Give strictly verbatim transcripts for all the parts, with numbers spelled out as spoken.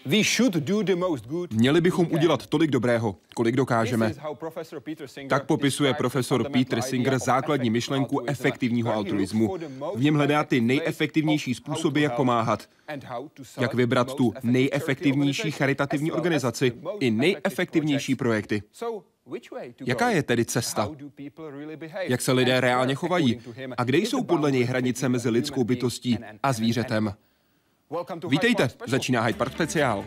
Měli bychom udělat tolik dobrého, kolik dokážeme. Tak popisuje profesor Peter Singer základní myšlenku efektivního altruismu. V něm hledá ty nejefektivnější způsoby, jak pomáhat. Jak vybrat tu nejefektivnější charitativní organizaci i nejefektivnější projekty. Jaká je tedy cesta? Jak se lidé reálně chovají? A kde jsou podle něj hranice mezi lidskou bytostí a zvířetem? Vítejte, začíná Hyde Park speciál.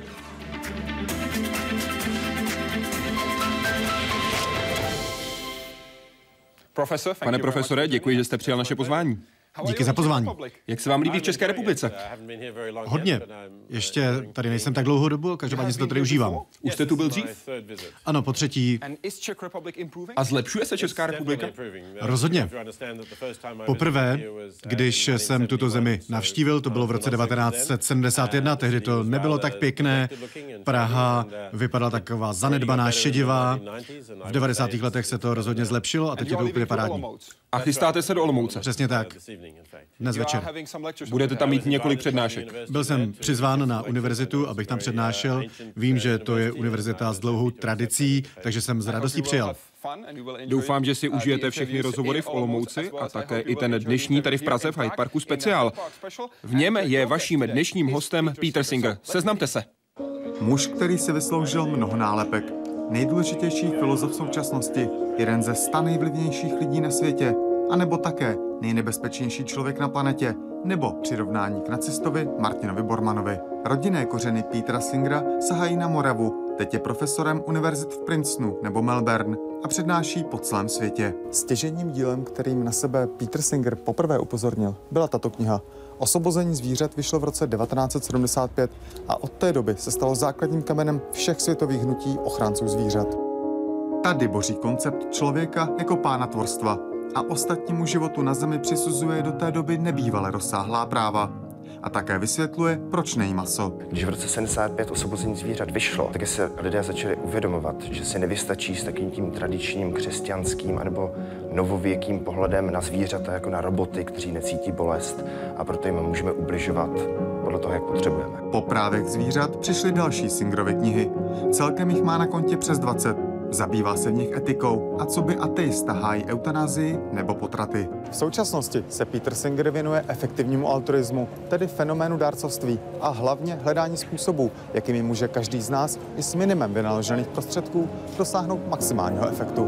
Pane profesore, děkuji, že jste přijal naše pozvání. Díky za pozvání. Jak se vám líbí v České republice? Hodně. Ještě tady nejsem tak dlouhou dobu, každopádně si to tady užívám. Už jste tu byl dřív? Ano, po třetí. A zlepšuje se Česká republika? Rozhodně. Poprvé, když jsem tuto zemi navštívil, to bylo v roce devatenáct set sedmdesát jedna, tehdy to nebylo tak pěkné. Praha vypadala taková zanedbaná, šedivá. V devadesátých letech se to rozhodně zlepšilo a teď je to úplně parádní. A chystáte se do Olomouce? Přesně tak. Dnes večer. Budete tam mít několik přednášek. Byl jsem přizván na univerzitu, abych tam přednášel. Vím, že to je univerzita s dlouhou tradicí, takže jsem s radostí přijal. Doufám, že si užijete všechny rozhovory v Olomouci a také i ten dnešní tady v Praze v Hyde Parku speciál. V něm je vaším dnešním hostem Peter Singer. Seznamte se. Muž, který si vysloužil mnoho nálepek. Nejdůležitější filozof současnosti, jeden ze sta nejvlivnějších lidí na světě, anebo také nejnebezpečnější člověk na planetě, nebo přirovnání k nacistovi Martinovi Bormannovi. Rodinné kořeny Petera Singera sahají na Moravu, teď je profesorem univerzit v Princetonu nebo Melbourne a přednáší po celém světě. Stěžejním dílem, kterým na sebe Peter Singer poprvé upozornil, byla tato kniha. Osvobození zvířat vyšlo v roce devatenáct set sedmdesát pět a od té doby se stalo základním kamenem všech světových hnutí ochránců zvířat. Tady boří koncept člověka jako pána tvorstva a ostatnímu životu na zemi přisuzuje do té doby nebývale rozsáhlá práva. A také vysvětluje, proč nejí maso. Když v roce sedmdesát pět Osvobození zvířat vyšlo, tak se lidé začali uvědomovat, že si nevystačí s takým tím tradičním křesťanským anebo novověkým pohledem na zvířata jako na roboty, kteří necítí bolest a proto jim můžeme ubližovat podle toho, jak potřebujeme. Po právech zvířat přišly další Singerovy knihy. Celkem jich má na kontě přes dvacet. Zabývá se v nich etikou a co by ateista hájí eutanazii nebo potraty. V současnosti se Peter Singer věnuje efektivnímu altruismu, tedy fenoménu dárcovství a hlavně hledání způsobů, jakými může každý z nás i s minimem vynaložených prostředků dosáhnout maximálního efektu.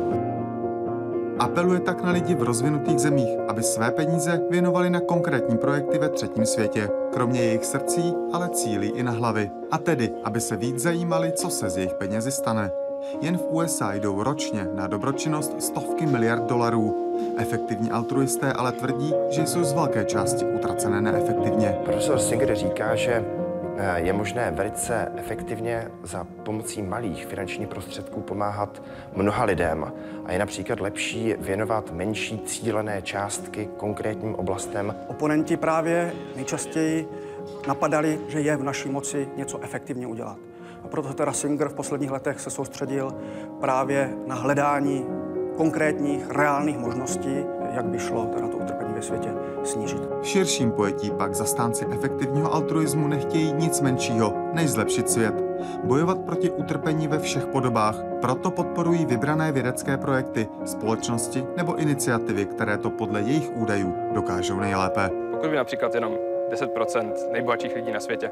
Apeluje tak na lidi v rozvinutých zemích, aby své peníze věnovali na konkrétní projekty ve třetím světě. Kromě jejich srdcí, ale cílí i na hlavy. A tedy, aby se víc zajímali, co se z jejich penězi stane. Jen v U S A jdou ročně na dobročinnost stovky miliard dolarů. Efektivní altruisté ale tvrdí, že jsou z velké části utracené neefektivně. Profesor Singer říká, že je možné velice efektivně za pomocí malých finančních prostředků pomáhat mnoha lidem a je například lepší věnovat menší cílené částky konkrétním oblastem. Oponenti právě nejčastěji napadali, že je v naší moci něco efektivně udělat. A proto teda Singer v posledních letech se soustředil právě na hledání konkrétních, reálných možností, jak by šlo teda to utrpení ve světě snížit. V širším pojetí pak zastánci efektivního altruismu nechtějí nic menšího, než zlepšit svět. Bojovat proti utrpení ve všech podobách, proto podporují vybrané vědecké projekty, společnosti nebo iniciativy, které to podle jejich údajů dokážou nejlépe. Pokud by například jenom deset procent nejbohatších lidí na světě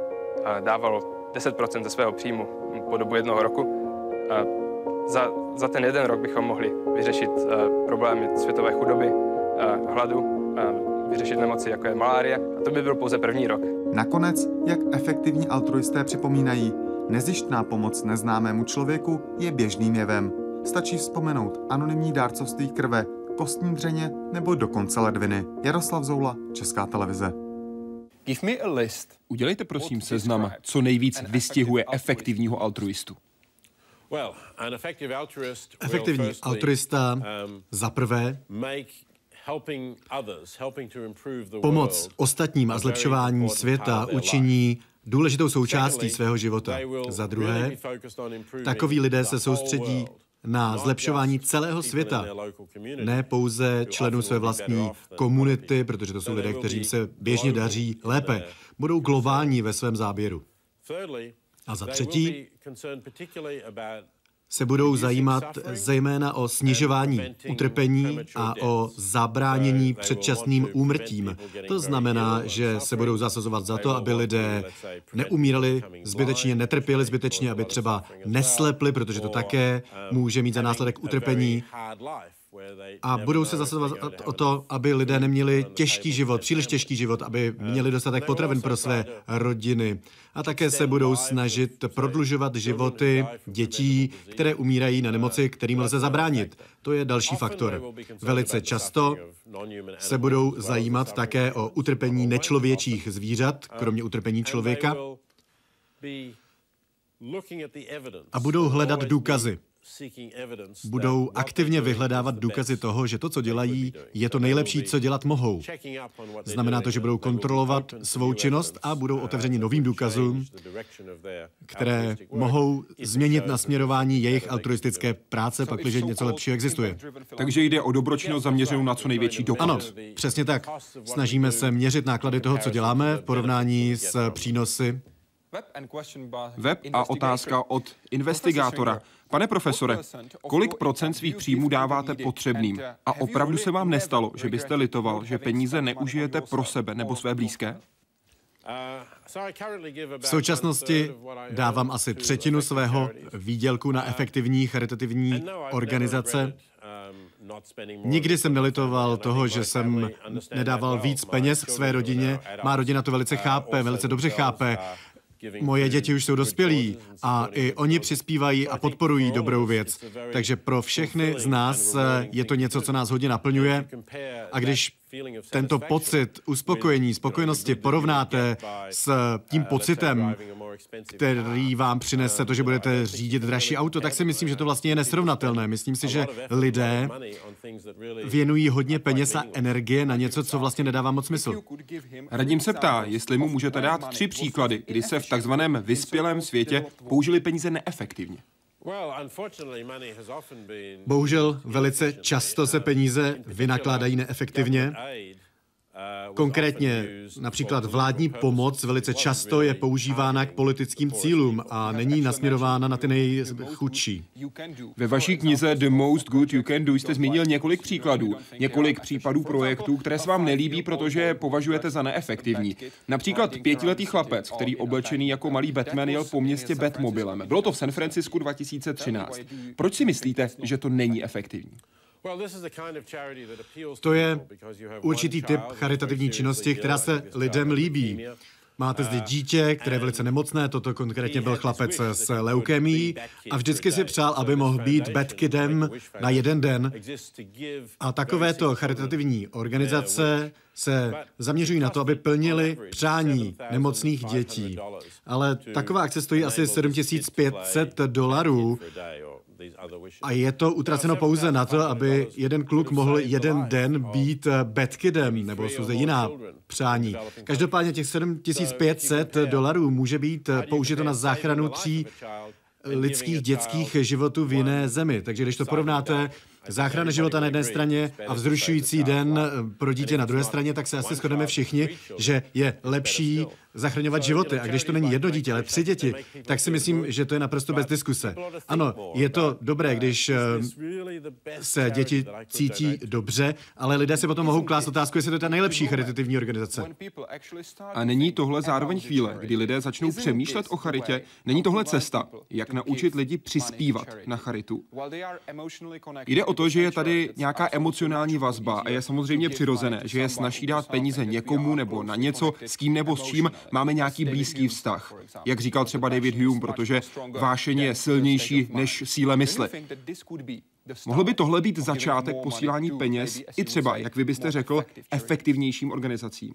dávalo deset procent ze svého příjmu po dobu jednoho roku, za, za ten jeden rok bychom mohli vyřešit problémy světové chudoby, hladu, vyřešit nemoci, jako je malárie, a to by byl pouze první rok. Nakonec, jak efektivní altruisté připomínají, nezištná pomoc neznámému člověku je běžným jevem. Stačí vzpomenout anonymní dárcovství krve, kostní dřeně nebo dokonce ledviny. Jaroslav Zoula, Česká televize. Udělejte prosím seznam, co nejvíc vystihuje efektivního altruistu. Efektivní altruista za prvé pomoc ostatním a zlepšování světa učiní důležitou součástí svého života. Za druhé, takoví lidé se soustředí na zlepšování celého světa, ne pouze členů své vlastní komunity, protože to jsou lidé, kteřím se běžně daří lépe. Budou globální ve svém záběru. A za třetí se budou zajímat zejména o snižování utrpení a o zabránění předčasným úmrtím. To znamená, že se budou zasazovat za to, aby lidé neumírali zbytečně, netrpěli zbytečně, aby třeba neslepli, protože to také může mít za následek utrpení. A budou se zasazovat o to, aby lidé neměli těžký život, příliš těžký život, aby měli dostatek potravin pro své rodiny. A také se budou snažit prodlužovat životy dětí, které umírají na nemoci, kterým lze zabránit. To je další faktor. Velice často se budou zajímat také o utrpení nečlověčích zvířat, kromě utrpení člověka, a budou hledat důkazy. Budou aktivně vyhledávat důkazy toho, že to, co dělají, je to nejlepší, co dělat mohou. Znamená to, že budou kontrolovat svou činnost a budou otevřeni novým důkazům, které mohou změnit nasměrování jejich altruistické práce, pakliže něco lepšího existuje. Takže jde o dobročinnost zaměřenou na co největší dopad. Ano, přesně tak. Snažíme se měřit náklady toho, co děláme, v porovnání s přínosy. Web a otázka od investigátora. Pane profesore, kolik procent svých příjmů dáváte potřebným? A opravdu se vám nestalo, že byste litoval, že peníze neužijete pro sebe nebo své blízké? V současnosti dávám asi třetinu svého výdělku na efektivní charitativní organizace. Nikdy jsem nelitoval toho, že jsem nedával víc peněz své rodině. Má rodina to velice chápe, velice dobře chápe. Moje děti už jsou dospělí a i oni přispívají a podporují dobrou věc. Takže pro všechny z nás je to něco, co nás hodně naplňuje. A když tento pocit uspokojení, spokojenosti porovnáte s tím pocitem, který vám přinese to, že budete řídit dražší auto, tak si myslím, že to vlastně je nesrovnatelné. Myslím si, že lidé věnují hodně peněz a energie na něco, co vlastně nedává moc smysl. Radim se ptá, jestli mu můžete dát tři příklady, kdy se v takzvaném vyspělém světě použili peníze neefektivně. Bohužel velice často se peníze vynakládají neefektivně. Konkrétně například vládní pomoc velice často je používána k politickým cílům a není nasměrována na ty nejchudší. Ve vaší knize The Most Good You Can Do jste zmínil několik příkladů, několik případů projektů, které se vám nelíbí, protože je považujete za neefektivní. Například pětiletý chlapec, který oblečený jako malý Batman jel po městě Batmobilem. Bylo to v San Francisku dva tisíce třináct. Proč si myslíte, že to není efektivní? To je určitý typ charitativní činnosti, která se lidem líbí. Máte zde dítě, které je velice nemocné, toto konkrétně byl chlapec s leukémií a vždycky si přál, aby mohl být Batkidem na jeden den. A takovéto charitativní organizace se zaměřují na to, aby plnili přání nemocných dětí. Ale taková akce stojí asi sedm tisíc pět set dolarů. A je to utraceno pouze na to, aby jeden kluk mohl jeden den být Batkidem, nebo jsou zde jiná přání. Každopádně těch sedm tisíc pět set dolarů může být použito na záchranu tří lidských dětských životů v jiné zemi. Takže když to porovnáte, záchrana života na jedné straně a vzrušující den pro dítě na druhé straně, tak se asi shodneme všichni, že je lepší zachraňovat životy. A když to není jedno dítě, ale tři děti, tak si myslím, že to je naprosto bez diskuse. Ano, je to dobré, když se děti cítí dobře, ale lidé si potom mohou klást otázku, jestli to je ta nejlepší charitativní organizace. A není tohle zároveň chvíle, kdy lidé začnou přemýšlet o charitě? Není tohle cesta, jak naučit lidi přispívat na charitu? Jde o to, že je tady nějaká emocionální vazba a je samozřejmě přirozené, že je snazší dát peníze někomu nebo na něco, s kým nebo s čím máme nějaký blízký vztah. Jak říkal třeba David Hume, protože vášeň je silnější než síle mysli. Mohlo by tohle být začátek posílání peněz i třeba, jak vy byste řekl, efektivnějším organizacím?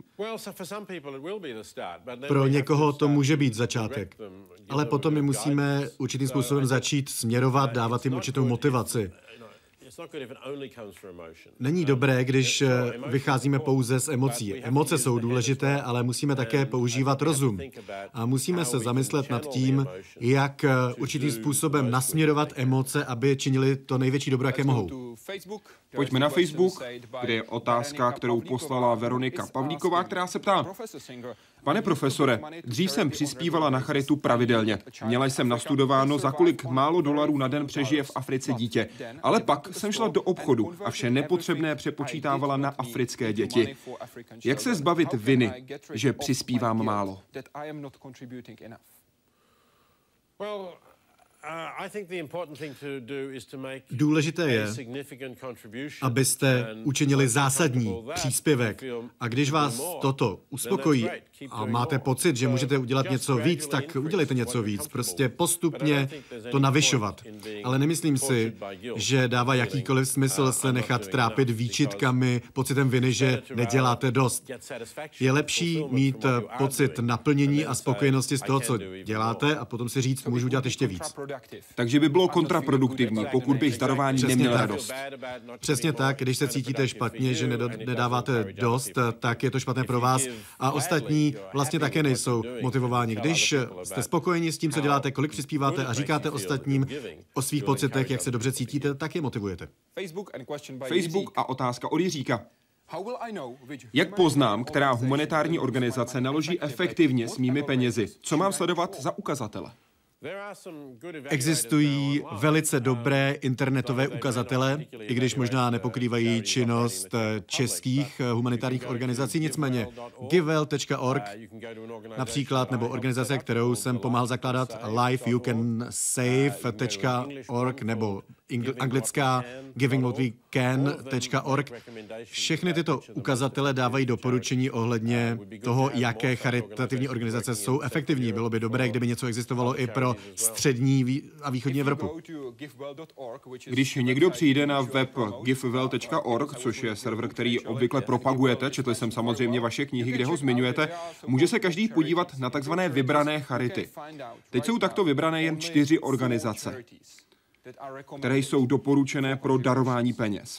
Pro někoho to může být začátek, ale potom my musíme určitým způsobem začít směrovat, dávat jim určitou motivaci. Není dobré, když vycházíme pouze z emocí. Emoce jsou důležité, ale musíme také používat rozum. A musíme se zamyslet nad tím, jak určitým způsobem nasměrovat emoce, aby činili to největší dobro, jaké mohou. Pojďme na Facebook, kde je otázka, kterou poslala Veronika Pavlíková, která se ptá: Pane profesore, dřív jsem přispívala na charitu pravidelně. Měla jsem nastudováno, za kolik málo dolarů na den přežije v Africe dítě. Ale pak jsem šla do obchodu a vše nepotřebné přepočítávala na africké děti. Jak se zbavit viny, že přispívám málo? Důležité je, abyste učinili zásadní příspěvek. A když vás toto uspokojí a máte pocit, že můžete udělat něco víc, tak udělejte něco víc. Prostě postupně to navyšovat. Ale nemyslím si, že dává jakýkoliv smysl se nechat trápit výčitkami, pocitem viny, že neděláte dost. Je lepší mít pocit naplnění a spokojenosti z toho, co děláte, a potom si říct, můžu dělat ještě víc. Takže by bylo kontraproduktivní, pokud bych z darování neměl radost. Přesně tak, když se cítíte špatně, že nedáváte dost, tak je to špatné pro vás a ostatní vlastně také nejsou motivováni. Když jste spokojeni s tím, co děláte, kolik přispíváte a říkáte ostatním o svých pocitech, jak se dobře cítíte, tak je motivujete. Facebook a otázka od Jiříka. Jak poznám, která humanitární organizace naloží efektivně s mými penězi? Co mám sledovat za ukazatele? Existují velice dobré internetové ukazatele, i když možná nepokrývají činnost českých humanitárních organizací, nicméně givewell tečka org například, nebo organizace, kterou jsem pomáhal zakládat, life you can save tečka org, nebo anglická giving what we can tečka org. Všechny tyto ukazatele dávají doporučení ohledně toho, jaké charitativní organizace jsou efektivní. Bylo by dobré, kdyby něco existovalo i pro střední a východní Evropu. Když někdo přijde na web givewell tečka org, což je server, který obvykle propagujete, četl jsem samozřejmě vaše knihy, kde ho zmiňujete, může se každý podívat na takzvané vybrané charity. Teď jsou takto vybrané jen čtyři organizace, které jsou doporučené pro darování peněz.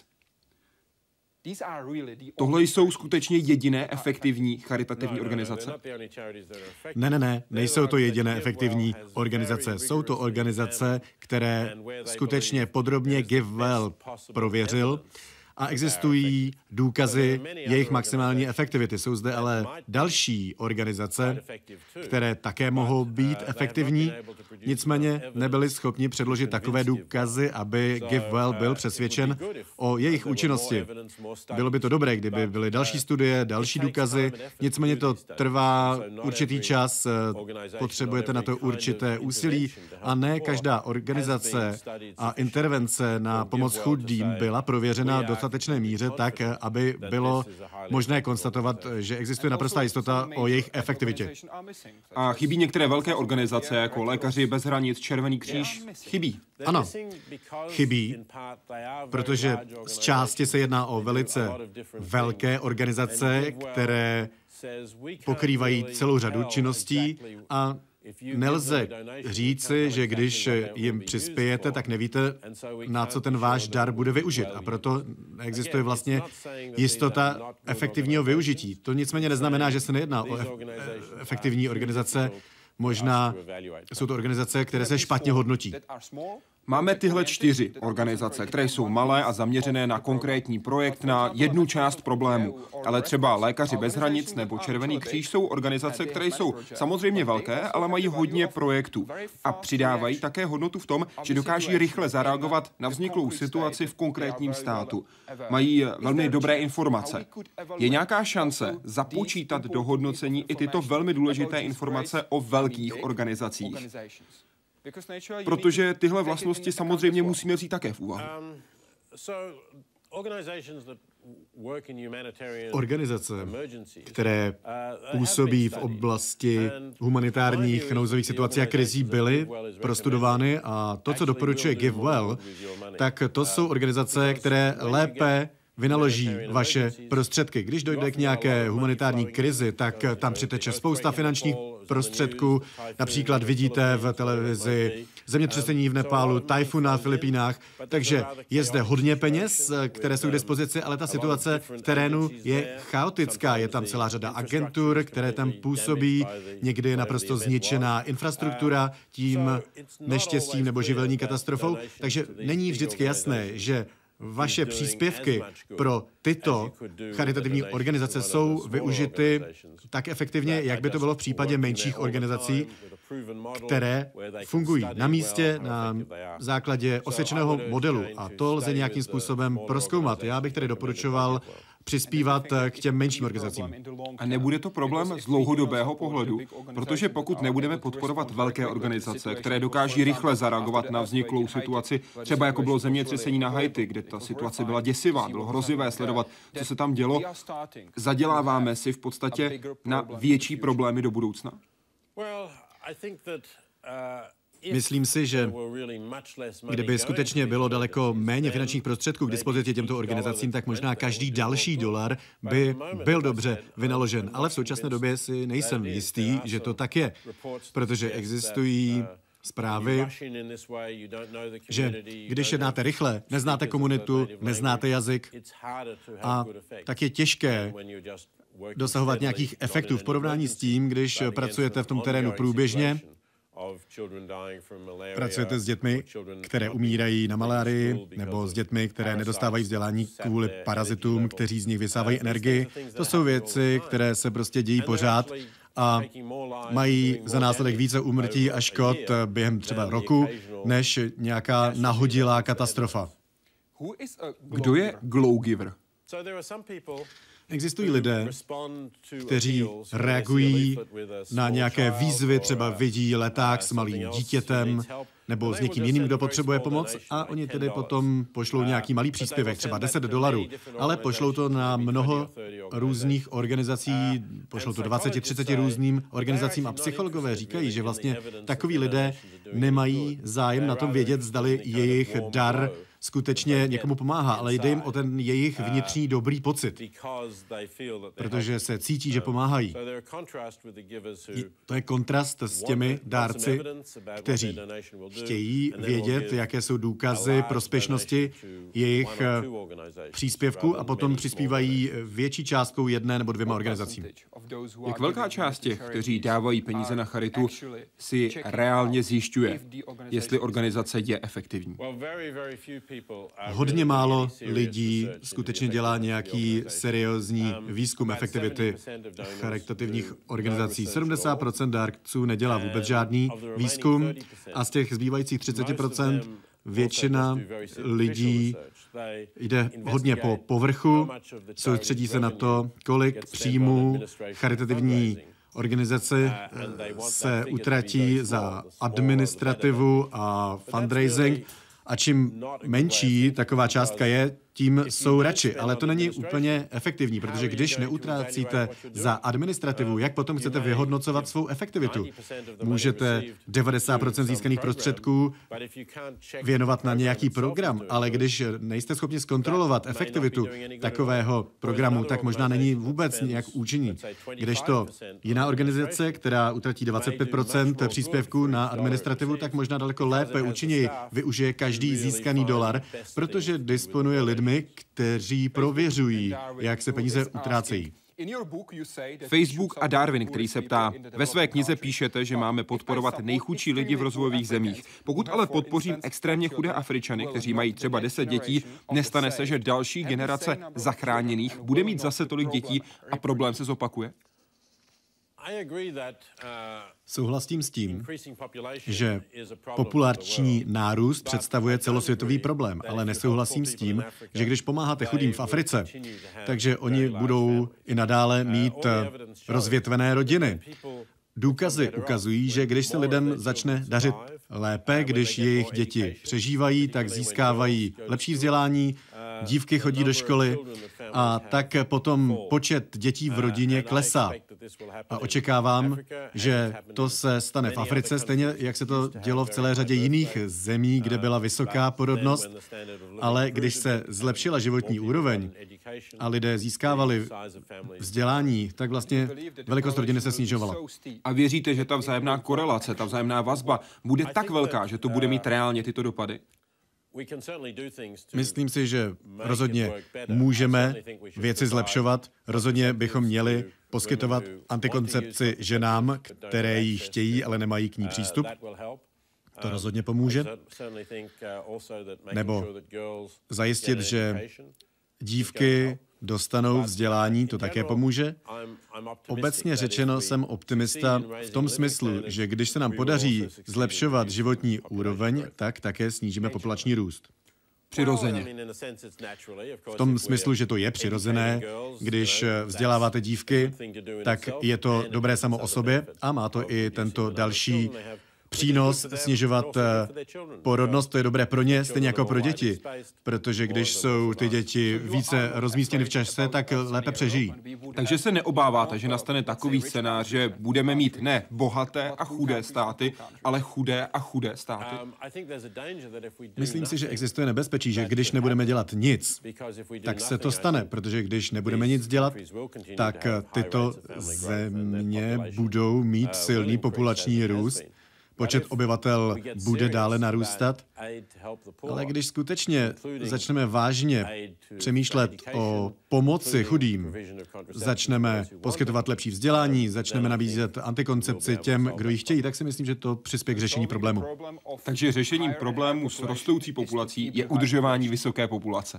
Tohle jsou skutečně jediné efektivní charitativní organizace? Ne, ne, ne, nejsou to jediné efektivní organizace. Jsou to organizace, které skutečně podrobně GiveWell prověřil a existují důkazy jejich maximální efektivity. Jsou zde ale další organizace, které také mohou být efektivní, nicméně nebyli schopni předložit takové důkazy, aby GiveWell byl přesvědčen o jejich účinnosti. Bylo by to dobré, kdyby byly další studie, další důkazy, nicméně to trvá určitý čas, potřebujete na to určité úsilí a ne každá organizace a intervence na pomoc chudým byla prověřena do dostatečné míře tak, aby bylo možné konstatovat, že existuje naprostá jistota o jejich efektivitě. A chybí některé velké organizace, jako Lékaři bez hranic, Červený kříž? Chybí. Ano, chybí, protože z části se jedná o velice velké organizace, které pokrývají celou řadu činností a nelze říci, že když jim přispějete, tak nevíte, na co ten váš dar bude využit. A proto existuje vlastně jistota efektivního využití. To nicméně neznamená, že se nejedná o efektivní organizace. Možná jsou to organizace, které se špatně hodnotí. Máme tyhle čtyři organizace, které jsou malé a zaměřené na konkrétní projekt, na jednu část problému. Ale třeba Lékaři bez hranic nebo Červený kříž jsou organizace, které jsou samozřejmě velké, ale mají hodně projektů. A přidávají také hodnotu v tom, že dokáží rychle zareagovat na vzniklou situaci v konkrétním státu. Mají velmi dobré informace. Je nějaká šance započítat do hodnocení i tyto velmi důležité informace o velkých organizacích? Protože tyhle vlastnosti samozřejmě musíme vzít také v úvahu. Organizace, které působí v oblasti humanitárních nouzových situací a krizí, byly prostudovány a to, co doporučuje GiveWell, tak to jsou organizace, které lépe vynaloží vaše prostředky. Když dojde k nějaké humanitární krizi, tak tam přiteče spousta finančních prostředků. Například vidíte v televizi zemětřesení v Nepálu, tajfun na Filipínách, takže je zde hodně peněz, které jsou k dispozici, ale ta situace v terénu je chaotická. Je tam celá řada agentur, které tam působí, někdy je naprosto zničená infrastruktura tím neštěstím nebo živelní katastrofou, takže není vždycky jasné, že vaše příspěvky pro tyto charitativní organizace jsou využity tak efektivně, jak by to bylo v případě menších organizací, které fungují na místě na základě osvědčeného modelu. A to lze nějakým způsobem prozkoumat. Já bych tedy doporučoval přispívat k těm menším organizacím. A nebude to problém z dlouhodobého pohledu, protože pokud nebudeme podporovat velké organizace, které dokáží rychle zareagovat na vzniklou situaci, třeba jako bylo zemětřesení na Haiti, kde ta situace byla děsivá, bylo hrozivé sledovat, co se tam dělo, zaděláváme si v podstatě na větší problémy do budoucna? Myslím si, že kdyby skutečně bylo daleko méně finančních prostředků k dispozici těmto organizacím, tak možná každý další dolar by byl dobře vynaložen. Ale v současné době si nejsem jistý, že to tak je, protože existují zprávy, že když jednáte rychle, neznáte komunitu, neznáte jazyk a tak je těžké dosahovat nějakých efektů v porovnání s tím, když pracujete v tom terénu průběžně. Pracujete s dětmi, které umírají na malárii, nebo s dětmi, které nedostávají vzdělání kvůli parazitům, kteří z nich vysávají energii. To jsou věci, které se prostě dějí pořád a mají za následek více úmrtí a škod během třeba roku, než nějaká nahodilá katastrofa. Kdo je glow giver? Existují lidé, kteří reagují na nějaké výzvy, třeba vidí leták s malým dítětem nebo s někým jiným, kdo potřebuje pomoc a oni tedy potom pošlou nějaký malý příspěvek, třeba deset dolarů, ale pošlou to na mnoho různých organizací, pošlou to dvacet třicet různým organizacím a psychologové říkají, že vlastně takoví lidé nemají zájem na tom vědět, zdali jejich dar skutečně někomu pomáhá, ale jde jim o ten jejich vnitřní dobrý pocit, protože se cítí, že pomáhají. To je kontrast s těmi dárci, kteří chtějí vědět, jaké jsou důkazy prospěšnosti jejich příspěvků a potom přispívají větší částkou jedné nebo dvěma organizacím. Jak velká část těch, kteří dávají peníze na charitu, si reálně zjišťuje, jestli organizace je efektivní? Hodně málo lidí skutečně dělá nějaký seriózní výzkum efektivity charitativních organizací. sedmdesát procent dárců nedělá vůbec žádný výzkum a z těch zbývajících třicet procent většina lidí jde hodně po povrchu, soustředí se na to, kolik příjmů charitativní organizace se utratí za administrativu a fundraising. A čím menší taková částka je, tím jsou radši. Ale to není úplně efektivní, protože když neutrácíte za administrativu, jak potom chcete vyhodnocovat svou efektivitu? Můžete devadesát procent získaných prostředků věnovat na nějaký program, ale když nejste schopni zkontrolovat efektivitu takového programu, tak možná není vůbec nějak účinný. Kdežto jiná organizace, která utratí dvacet pět procent příspěvků na administrativu, tak možná daleko lépe účinněji využije každý získaný dolar, protože disponuje lidmi, kteří prověřují, jak se peníze utrácejí. Facebook a Darwin, který se ptá, ve své knize píšete, že máme podporovat nejchudší lidi v rozvojových zemích. Pokud ale podpořím extrémně chudé Afričany, kteří mají třeba deset dětí, nestane se, že další generace zachráněných bude mít zase tolik dětí a problém se zopakuje? Souhlasím s tím, že populační nárůst představuje celosvětový problém, ale nesouhlasím s tím, že když pomáháte chudým v Africe, takže oni budou i nadále mít rozvětvené rodiny. Důkazy ukazují, že když se lidem začne dařit lépe, když jejich děti přežívají, tak získávají lepší vzdělání, dívky chodí do školy a tak potom počet dětí v rodině klesá. A očekávám, že to se stane v Africe, stejně jak se to dělo v celé řadě jiných zemí, kde byla vysoká porodnost, ale když se zlepšila životní úroveň a lidé získávali vzdělání, tak vlastně velikost rodiny se snižovala. A věříte, že ta vzájemná korelace, ta vzájemná vazba bude tak velká, že to bude mít reálně tyto dopady? Myslím si, že rozhodně můžeme věci zlepšovat. Rozhodně bychom měli poskytovat antikoncepci ženám, které ji chtějí, ale nemají k ní přístup. To rozhodně pomůže. Nebo zajistit, že dívky dostanou vzdělání, to také pomůže. Obecně řečeno jsem optimista v tom smyslu, že když se nám podaří zlepšovat životní úroveň, tak také snížíme populační růst. Přirozeně. V tom smyslu, že to je přirozené, když vzděláváte dívky, tak je to dobré samo o sobě a má to i tento další přínos snižovat porodnost, to je dobré pro ně, stejně jako pro děti, protože když jsou ty děti více rozmístěny v čase, tak lépe přežijí. Takže se neobáváte, že nastane takový scénář, že budeme mít ne bohaté a chudé státy, ale chudé a chudé státy? Myslím si, že existuje nebezpečí, že když nebudeme dělat nic, tak se to stane, protože když nebudeme nic dělat, tak tyto země budou mít silný populační růst, počet obyvatel bude dále narůstat, ale když skutečně začneme vážně přemýšlet o pomoci chudým, začneme poskytovat lepší vzdělání, začneme nabízet antikoncepci těm, kdo ji chtějí, tak si myslím, že to přispěje k řešení problému. Takže řešením problému s rostoucí populací je udržování vysoké populace.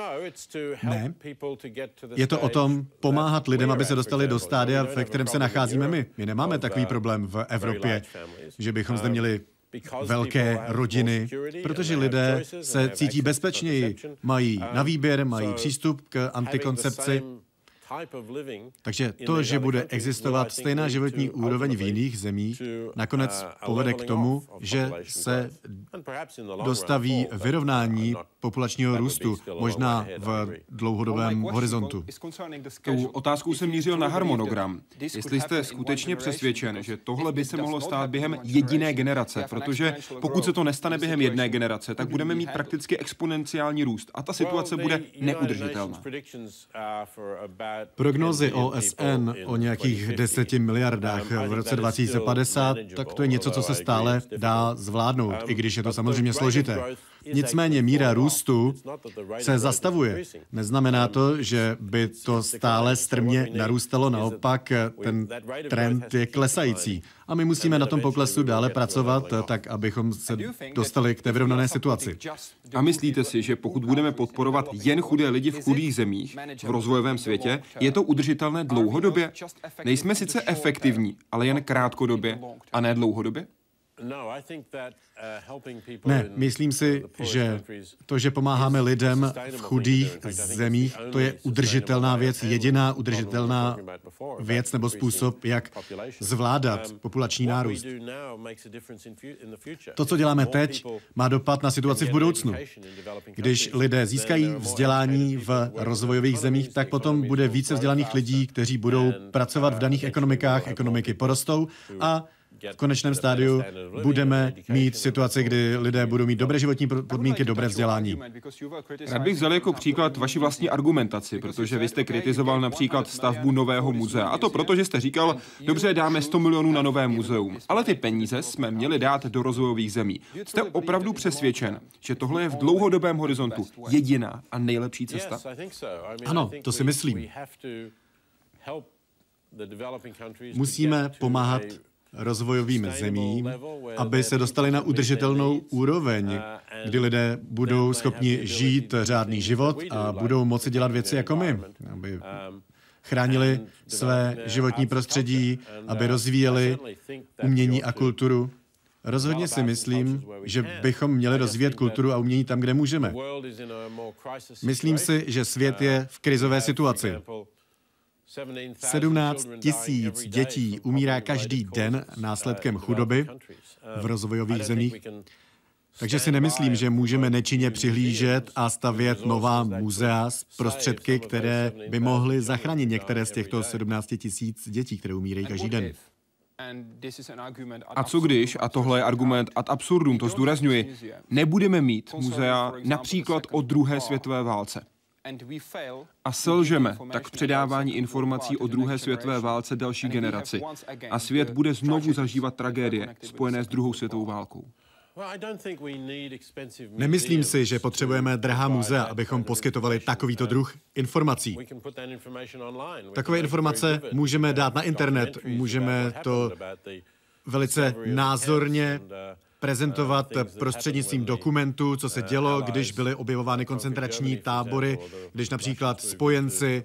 Ne. Je to o tom pomáhat lidem, aby se dostali do stádia, ve kterém se nacházíme my. My nemáme takový problém v Evropě, že bychom zde měli velké rodiny, protože lidé se cítí bezpečněji, mají na výběr, mají přístup k antikoncepci. Takže to, že bude existovat stejná životní úroveň v jiných zemích, nakonec povede k tomu, že se dostaví vyrovnání populačního růstu, možná v dlouhodobém horizontu. Tou otázkou jsem mířil na harmonogram. Jestli jste skutečně přesvědčen, že tohle by se mohlo stát během jediné generace, protože pokud se to nestane během jedné generace, tak budeme mít prakticky exponenciální růst a ta situace bude neudržitelná. Prognózy O S N o nějakých deseti miliardách v roce dva tisíce padesát, tak to je něco, co se stále dá zvládnout, i když je to samozřejmě složité. Nicméně míra růstu se zastavuje. Neznamená to, že by to stále strmě narůstalo, naopak ten trend je klesající. A my musíme na tom poklesu dále pracovat, tak abychom se dostali k té vyrovnané situaci. A myslíte si, že pokud budeme podporovat jen chudé lidi v chudých zemích, v rozvojovém světě, je to udržitelné dlouhodobě? Nejsme sice efektivní, ale jen krátkodobě a ne dlouhodobě? Ne, myslím si, že to, že pomáháme lidem v chudých zemích, to je udržitelná věc, jediná udržitelná věc nebo způsob, jak zvládat populační nárůst. To, co děláme teď, má dopad na situaci v budoucnu. Když lidé získají vzdělání v rozvojových zemích, tak potom bude více vzdělaných lidí, kteří budou pracovat v daných ekonomikách, ekonomiky porostou a v konečném stádiu budeme mít situaci, kdy lidé budou mít dobré životní podmínky, dobré vzdělání. Rád bych vzal jako příklad vaši vlastní argumentaci, protože vy jste kritizoval například stavbu nového muzea. A to proto, že jste říkal, dobře, dáme sto milionů na nové muzeum, ale ty peníze jsme měli dát do rozvojových zemí. Jste opravdu přesvědčen, že tohle je v dlouhodobém horizontu jediná a nejlepší cesta? Ano, to si myslím. Musíme pomáhat rozvojovým zemím, aby se dostali na udržitelnou úroveň, kdy lidé budou schopni žít řádný život a budou moci dělat věci jako my, aby chránili své životní prostředí, aby rozvíjeli umění a kulturu. Rozhodně si myslím, že bychom měli rozvíjet kulturu a umění tam, kde můžeme. Myslím si, že svět je v krizové situaci. sedmnáct tisíc dětí umírá každý den následkem chudoby v rozvojových zemích. Takže si nemyslím, že můžeme nečinně přihlížet a stavět nová muzea s prostředky, které by mohly zachránit některé z těchto sedmnácti tisíc dětí, které umírají každý den. A co když, a tohle je argument ad absurdum, to zdůrazňuji, nebudeme mít muzea například o druhé světové válce. A selžeme tak v předávání informací o druhé světové válce další generaci. A svět bude znovu zažívat tragédie spojené s druhou světovou válkou. Nemyslím si, že potřebujeme drahá muzea, abychom poskytovali takovýto druh informací. Takové informace můžeme dát na internet, můžeme to velice názorně prezentovat prostřednictvím dokumentů, co se dělo, když byly objevovány koncentrační tábory, když například spojenci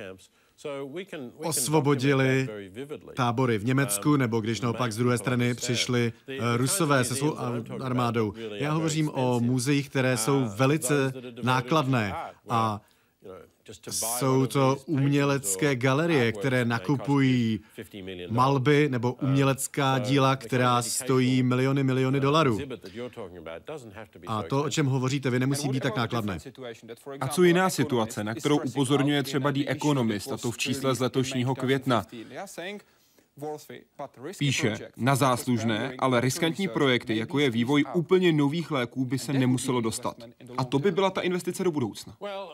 osvobodili tábory v Německu, nebo když naopak z druhé strany přišli Rusové se svou armádou. Já hovořím o muzeích, které jsou velice nákladné a jsou to umělecké galerie, které nakupují malby nebo umělecká díla, která stojí miliony, miliony dolarů. A to, o čem hovoříte vy, nemusí být tak nákladné. A co jiná situace, na kterou upozorňuje třeba The Economist, a to v čísle z letošního května? Píše, na záslužné, ale riskantní projekty, jako je vývoj úplně nových léků, by se nemuselo dostat. A to by byla ta investice do budoucna.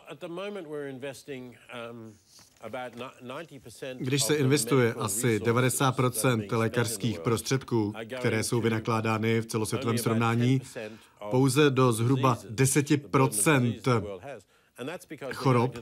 Když se investuje asi devadesát procent lékařských prostředků, které jsou vynakládány v celosvětovém srovnání, pouze do zhruba deset procent chorob,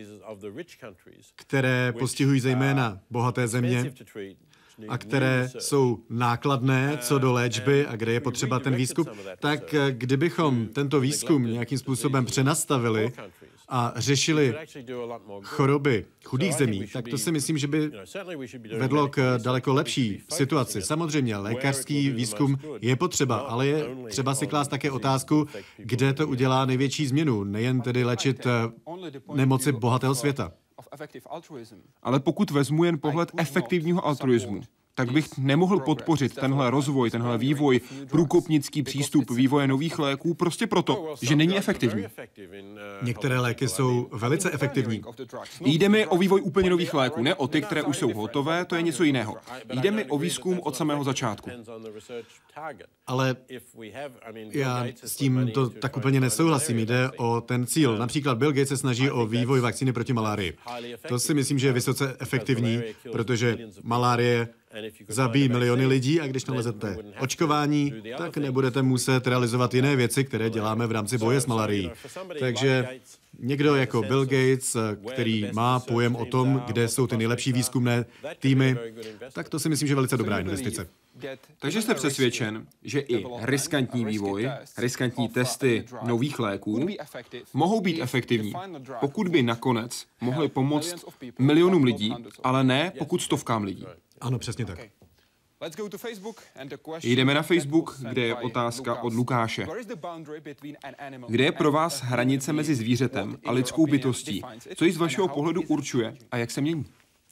které postihují zejména bohaté země a které jsou nákladné co do léčby a kde je potřeba ten výzkum, tak kdybychom tento výzkum nějakým způsobem přenastavili a řešili choroby chudých zemí, tak to si myslím, že by vedlo k daleko lepší situaci. Samozřejmě lékařský výzkum je potřeba, ale je třeba si klást také otázku, kde to udělá největší změnu, nejen tedy léčit nemoci bohatého světa. Ale pokud vezmu jen pohled efektivního altruismu, tak bych nemohl podpořit tenhle rozvoj, tenhle vývoj, průkopnický přístup vývoje nových léků prostě proto, že není efektivní. Některé léky jsou velice efektivní. Jde mi o vývoj úplně nových léků, ne o ty, které už jsou hotové, to je něco jiného. Jde mi o výzkum od samého začátku. Ale já s tím to tak úplně nesouhlasím. Jde o ten cíl. Například Bill Gates se snaží o vývoj vakcíny proti malárii. To si myslím, že je vysoce efektivní, protože malárie zabíjí miliony lidí a když nalezete očkování, tak nebudete muset realizovat jiné věci, které děláme v rámci boje s malarií. Takže někdo jako Bill Gates, který má pojem o tom, kde jsou ty nejlepší výzkumné týmy, tak to si myslím, že je velice dobrá investice. Takže jste přesvědčen, že i riskantní vývoj, riskantní testy nových léků mohou být efektivní, pokud by nakonec mohly pomoct milionům lidí, ale ne pokud stovkám lidí. Ano, přesně tak. Jdeme na Facebook, kde je otázka od Lukáše. Kde je pro vás hranice mezi zvířetem a lidskou bytostí? Co ji z vašeho pohledu určuje a jak se mění?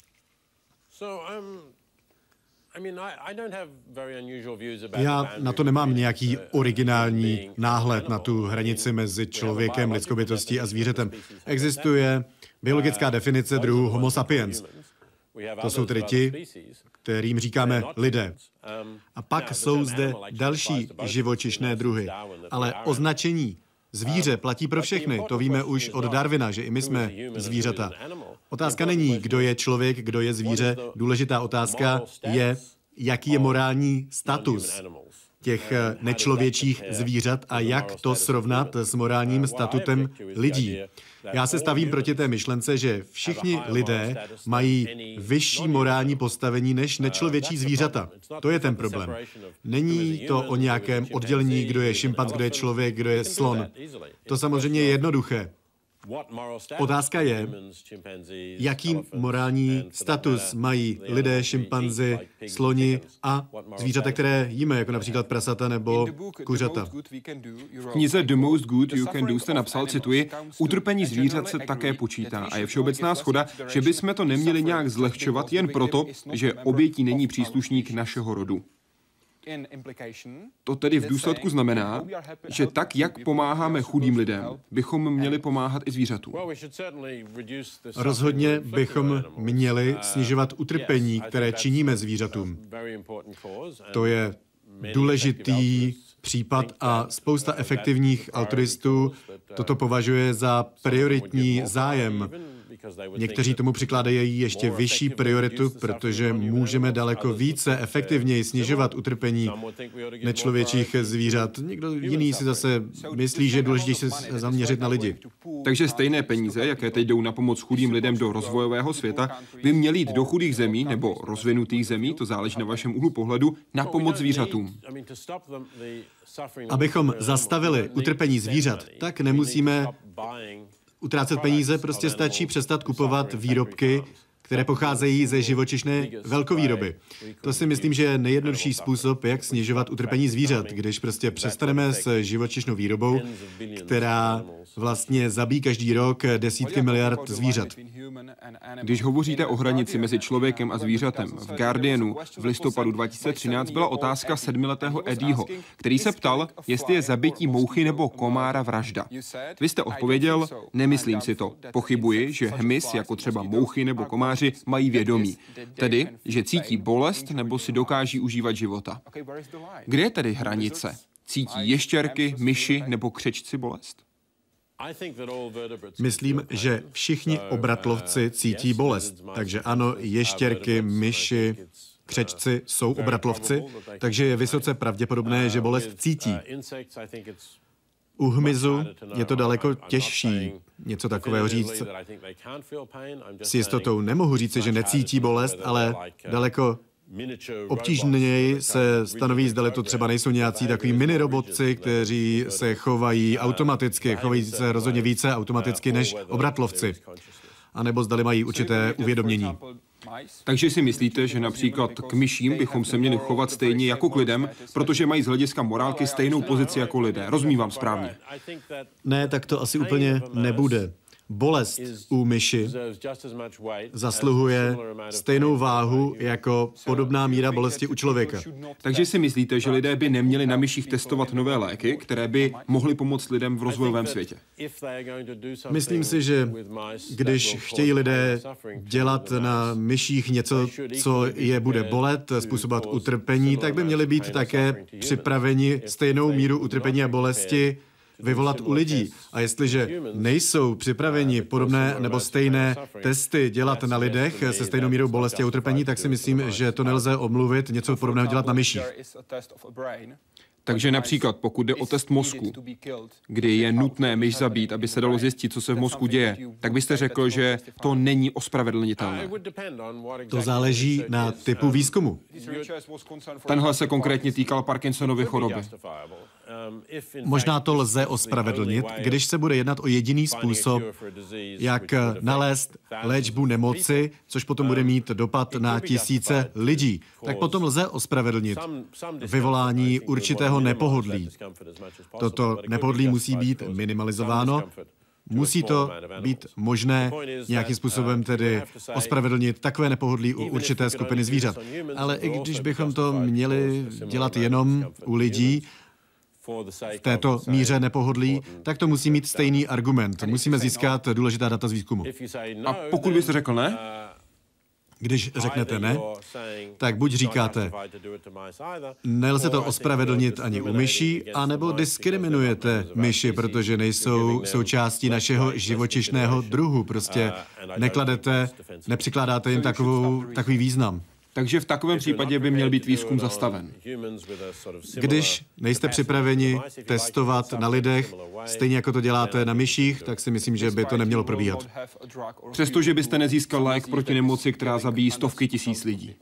Já na to nemám nějaký originální náhled na tu hranici mezi člověkem, lidskou bytostí a zvířetem. Existuje biologická definice druhu Homo sapiens. To jsou tedy ti, kterým říkáme lidé. A pak jsou zde další živočišné druhy. Ale označení zvíře platí pro všechny. To víme už od Darwina, že i my jsme zvířata. Otázka není, kdo je člověk, kdo je zvíře. Důležitá otázka je, jaký je morální status těch nečlověčích zvířat a jak to srovnat s morálním statutem lidí. Já se stavím proti té myšlence, že všichni lidé mají vyšší morální postavení než nečlověčí zvířata. To je ten problém. Není to o nějakém oddělení, kdo je šimpanz, kdo je člověk, kdo je slon. To samozřejmě je jednoduché. Otázka je, jaký morální status mají lidé, šimpanzi, sloni a zvířata, které jíme, jako například prasata nebo kuřata. V knize The Most Good You Can Do jste napsal, cituji, utrpení zvířat se také počítá a je všeobecná shoda, že bychom to neměli nějak zlehčovat jen proto, že obětí není příslušník našeho rodu. To tedy v důsledku znamená, že tak, jak pomáháme chudým lidem, bychom měli pomáhat i zvířatům. Rozhodně bychom měli snižovat utrpení, které činíme zvířatům. To je důležitý případ a spousta efektivních altruistů toto považuje za prioritní zájem. Někteří tomu přikládají ještě vyšší prioritu, protože můžeme daleko více efektivněji snižovat utrpení nečlověčích zvířat. Někdo jiný si zase myslí, že je důležitější se zaměřit na lidi. Takže stejné peníze, jaké teď jdou na pomoc chudým lidem do rozvojového světa, by měly jít do chudých zemí nebo rozvinutých zemí, to záleží na vašem úhlu pohledu, na pomoc zvířatům. Abychom zastavili utrpení zvířat, tak nemusíme utrácet peníze, prostě stačí přestat kupovat výrobky, které pocházejí ze živočišné velkovýroby. To si myslím, že je nejjednodušší způsob, jak snižovat utrpení zvířat, když prostě přestaneme s živočišnou výrobou, která vlastně zabíjí každý rok desítky miliard zvířat. Když hovoříte o hranici mezi člověkem a zvířatem, v Guardianu v listopadu dva tisíce třináct byla otázka sedmiletého Eddieho, který se ptal, jestli je zabití mouchy nebo komára vražda. Vy jste odpověděl, nemyslím si to. Pochybuji, že hmyz, jako třeba mouchy nebo komáři, mají vědomí. Tedy, že cítí bolest nebo si dokáží užívat života. Kde je tedy hranice? Cítí ještěrky, myši nebo křečci bolest? Myslím, že všichni obratlovci cítí bolest. Takže ano, ještěrky, myši, křečci jsou obratlovci, takže je vysoce pravděpodobné, že bolest cítí. U hmyzu je to daleko těžší něco takového říct. S jistotou nemohu říct, že necítí bolest, ale daleko obtížněji se stanoví, zdali to třeba nejsou nějací takový minirobotci, kteří se chovají automaticky, chovají se rozhodně více automaticky než obratlovci. A nebo zdali mají určité uvědomění. Takže si myslíte, že například k myším bychom se měli chovat stejně jako k lidem, protože mají z hlediska morálky stejnou pozici jako lidé. Rozumím vám správně. Ne, tak to asi úplně nebude. Bolest u myši zasluhuje stejnou váhu jako podobná míra bolesti u člověka. Takže si myslíte, že lidé by neměli na myších testovat nové léky, které by mohly pomoct lidem v rozvojovém světě? Myslím si, že když chtějí lidé dělat na myších něco, co je bude bolet, způsobovat utrpení, tak by měli být také připraveni stejnou míru utrpení a bolesti vyvolat u lidí. A jestliže nejsou připraveni podobné nebo stejné testy dělat na lidech se stejnou mírou bolesti a utrpení, tak si myslím, že to nelze omluvit něco podobného dělat na myších. Takže například pokud jde o test mozku, kdy je nutné myš zabít, aby se dalo zjistit, co se v mozku děje, tak byste řekl, že to není ospravedlnitelné. To záleží na typu výzkumu. Tenhle se konkrétně týkal Parkinsonovy choroby. Možná to lze ospravedlnit, když se bude jednat o jediný způsob, jak nalézt léčbu nemoci, což potom bude mít dopad na tisíce lidí. Tak potom lze ospravedlnit vyvolání určitého nepohodlí. Toto nepohodlí musí být minimalizováno. Musí to být možné nějakým způsobem tedy ospravedlnit takové nepohodlí u určité skupiny zvířat. Ale i když bychom to měli dělat jenom u lidí, v této míře nepohodlí, tak to musí mít stejný argument. Musíme získat důležitá data z výzkumu. A pokud byste řekl ne? Když řeknete ne, tak buď říkáte, nelze to ospravedlnit ani u myší, anebo diskriminujete myši, protože nejsou součástí našeho živočišného druhu. Prostě nekladete, nepřikládáte jim takovou, takový význam. Takže v takovém případě by měl být výzkum zastaven. Když nejste připraveni testovat na lidech, stejně jako to děláte na myších, tak si myslím, že by to nemělo probíhat. Přestože byste nezískal lék proti nemoci, která zabíjí stovky tisíc lidí.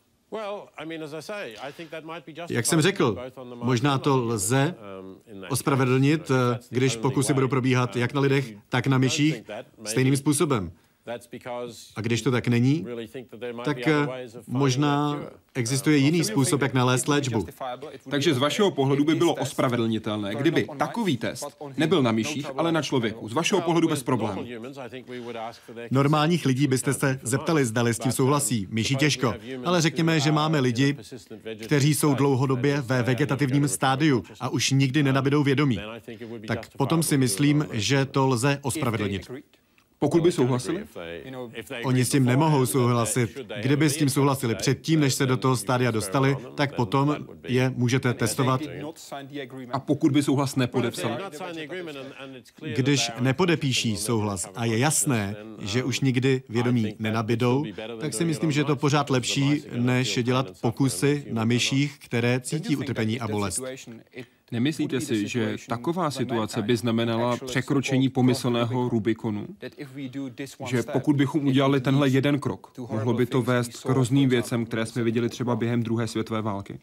Jak jsem řekl, možná to lze ospravedlnit, když pokusy budou probíhat jak na lidech, tak na myších stejným způsobem. A když to tak není, tak možná existuje jiný způsob, jak nalézt léčbu. Takže z vašeho pohledu by bylo ospravedlnitelné, kdyby takový test nebyl na myších, ale na člověku. Z vašeho pohledu bez problémů. Normálních lidí byste se zeptali, zdali s tím souhlasí. Myší těžko. Ale řekněme, že máme lidi, kteří jsou dlouhodobě ve vegetativním stádiu a už nikdy nenabydou vědomí. Tak potom si myslím, že to lze ospravedlnit. Pokud by souhlasili? Oni s tím nemohou souhlasit. Kdyby s tím souhlasili předtím, než se do toho stádia dostali, tak potom je můžete testovat. A pokud by souhlas nepodepsali? Když nepodepíší souhlas a je jasné, že už nikdy vědomí nenabydou, tak si myslím, že je to pořád lepší, než dělat pokusy na myších, které cítí utrpení a bolest. Nemyslíte si, že taková situace by znamenala překročení pomyslného Rubikonu? Že pokud bychom udělali tenhle jeden krok, mohlo by to vést k hrozným věcem, které jsme viděli třeba během druhé světové války?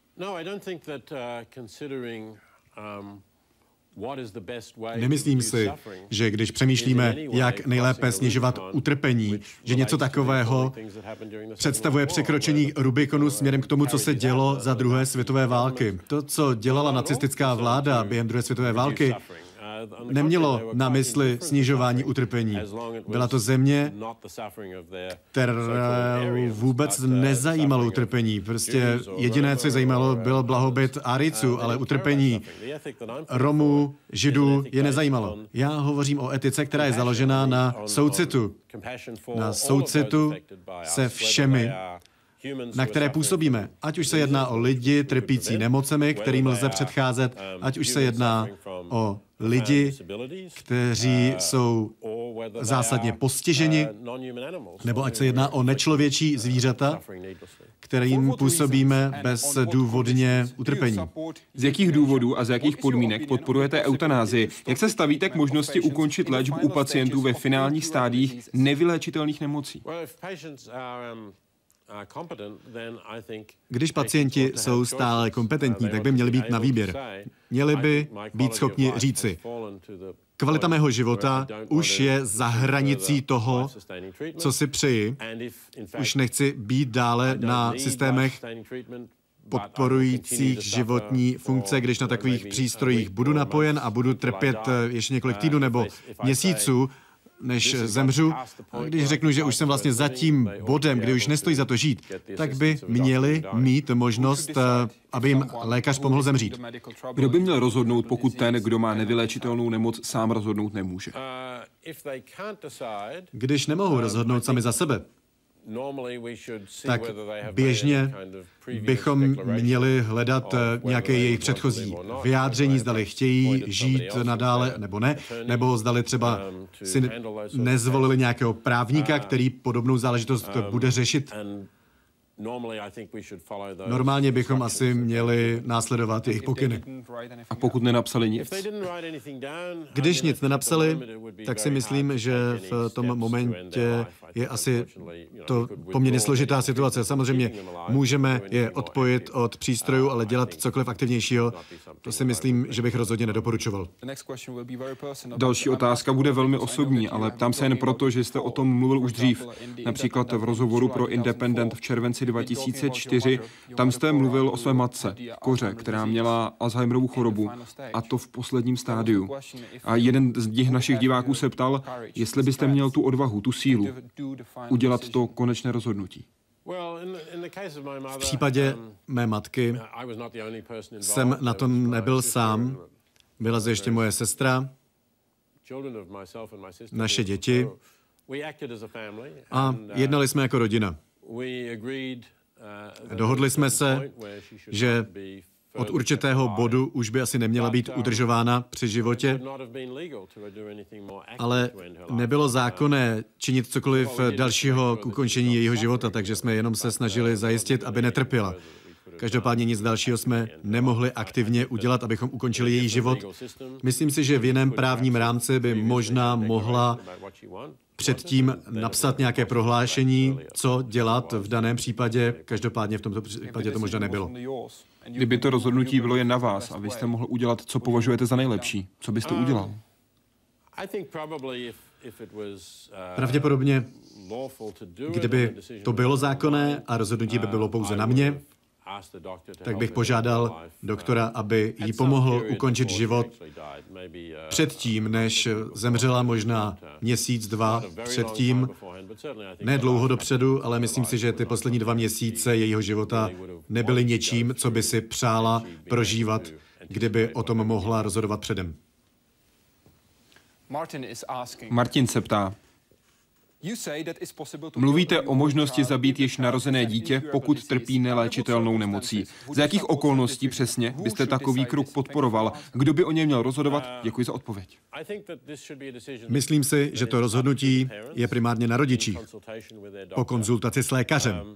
Nemyslím si, že když přemýšlíme, jak nejlépe snižovat utrpení, že něco takového představuje překročení Rubikonu směrem k tomu, co se dělo za druhé světové války. To, co dělala nacistická vláda během druhé světové války, nemělo na mysli snižování utrpení. Byla to země, která vůbec nezajímalo utrpení. Prostě jediné, co je zajímalo, byl blahobyt Árijců, ale utrpení Romů, Židů je nezajímalo. Já hovořím o etice, která je založená na soucitu. Na soucitu se všemi, na které působíme. Ať už se jedná o lidi trpící nemocemi, kterým lze předcházet, ať už se jedná o lidi, kteří jsou zásadně postiženi, nebo ať se jedná o nečlověčí zvířata, kterým působíme bezdůvodně utrpení. Z jakých důvodů a z jakých podmínek podporujete eutanázii? Jak se stavíte k možnosti ukončit léčbu u pacientů ve finálních stádiích nevyléčitelných nemocí? Když pacienti jsou stále kompetentní, tak by měli být na výběr. Měli by být schopni říci, kvalita mého života už je za hranicí toho, co si přeji. Už nechci být dále na systémech podporujících životní funkce, když na takových přístrojích budu napojen a budu trpět ještě několik týdnů nebo měsíců, než zemřu. A když řeknu, že už jsem vlastně za tím bodem, kdy už nestojí za to žít, tak by měli mít možnost, aby jim lékař pomohl zemřít. Kdo by měl rozhodnout, pokud ten, kdo má nevyléčitelnou nemoc, sám rozhodnout nemůže? Když nemohou rozhodnout sami za sebe, tak běžně bychom měli hledat nějaké jejich předchozí vyjádření, zdali chtějí žít nadále nebo ne, nebo zdali třeba si nezvolili nějakého právníka, který podobnou záležitost bude řešit. Normálně bychom asi měli následovat jejich pokyny. A pokud nenapsali nic? Když nic nenapsali, tak si myslím, že v tom momentě je asi to poměrně složitá situace. Samozřejmě můžeme je odpojit od přístrojů, ale dělat cokoliv aktivnějšího, to si myslím, že bych rozhodně nedoporučoval. Další otázka bude velmi osobní, ale ptám se jen proto, že jste o tom mluvil už dřív. Například v rozhovoru pro Independent v červenci dva tisíce čtyři, tam jste mluvil o své matce, Koře, která měla Alzheimerovu chorobu, a to v posledním stádiu. A jeden z těch našich diváků se ptal, jestli byste měl tu odvahu, tu sílu, udělat to konečné rozhodnutí. V případě mé matky jsem na tom nebyl sám. Byla zde ještě moje sestra, naše děti a jednali jsme jako rodina. Dohodli jsme se, že od určitého bodu už by asi neměla být udržována při životě, ale nebylo zákonné činit cokoliv dalšího k ukončení jejího života, takže jsme jenom se snažili zajistit, aby netrpěla. Každopádně nic dalšího jsme nemohli aktivně udělat, abychom ukončili její život. Myslím si, že v jiném právním rámci by možná mohla předtím napsat nějaké prohlášení, co dělat v daném případě. Každopádně v tomto případě to možná nebylo. Kdyby to rozhodnutí bylo jen na vás a vy jste mohl udělat, co považujete za nejlepší, co byste udělal? Pravděpodobně, kdyby to bylo zákonné a rozhodnutí by bylo pouze na mě, tak bych požádal doktora, aby jí pomohl ukončit život předtím, než zemřela, možná měsíc, dva předtím. Ne dlouho dopředu, ale myslím si, že ty poslední dva měsíce jejího života nebyly něčím, co by si přála prožívat, kdyby o tom mohla rozhodovat předem. Martin se ptá, mluvíte o možnosti zabít již narozené dítě, pokud trpí neléčitelnou nemocí. Za jakých okolností přesně byste takový krok podporoval? Kdo by o něm měl rozhodovat? Děkuji za odpověď. Myslím si, že to rozhodnutí je primárně na rodičích, po konzultaci s lékařem.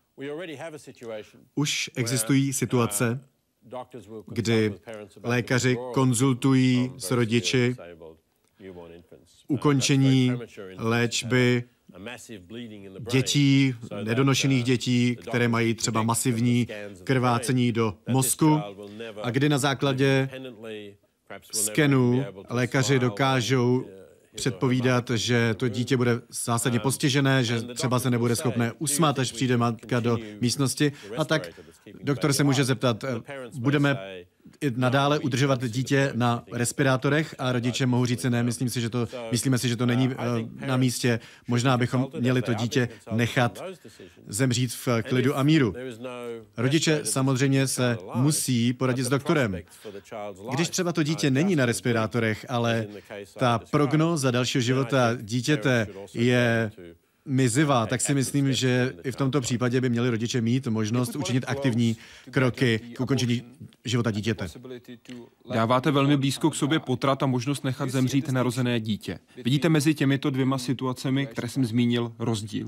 Už existují situace, kdy lékaři konzultují s rodiči ukončení léčby dětí, nedonošených dětí, které mají třeba masivní krvácení do mozku, a kdy na základě skenů lékaři dokážou předpovídat, že to dítě bude zásadně postižené, že třeba se nebude schopné usmát, až přijde matka do místnosti, a tak doktor se může zeptat, budeme i nadále udržovat dítě na respirátorech, a rodiče mohou říct, ne, myslím si, že to, myslíme si, že to není uh, na místě, možná bychom měli to dítě nechat zemřít v klidu a míru. Rodiče samozřejmě se musí poradit s doktorem. Když třeba to dítě není na respirátorech, ale ta prognóza dalšího života dítěte je mizivá, tak si myslím, že i v tomto případě by měli rodiče mít možnost učinit aktivní kroky k ukončení života dítěte. Dáváte velmi blízko k sobě potrat a možnost nechat zemřít narozené dítě. Vidíte mezi těmito dvěma situacemi, které jsem zmínil, rozdíl?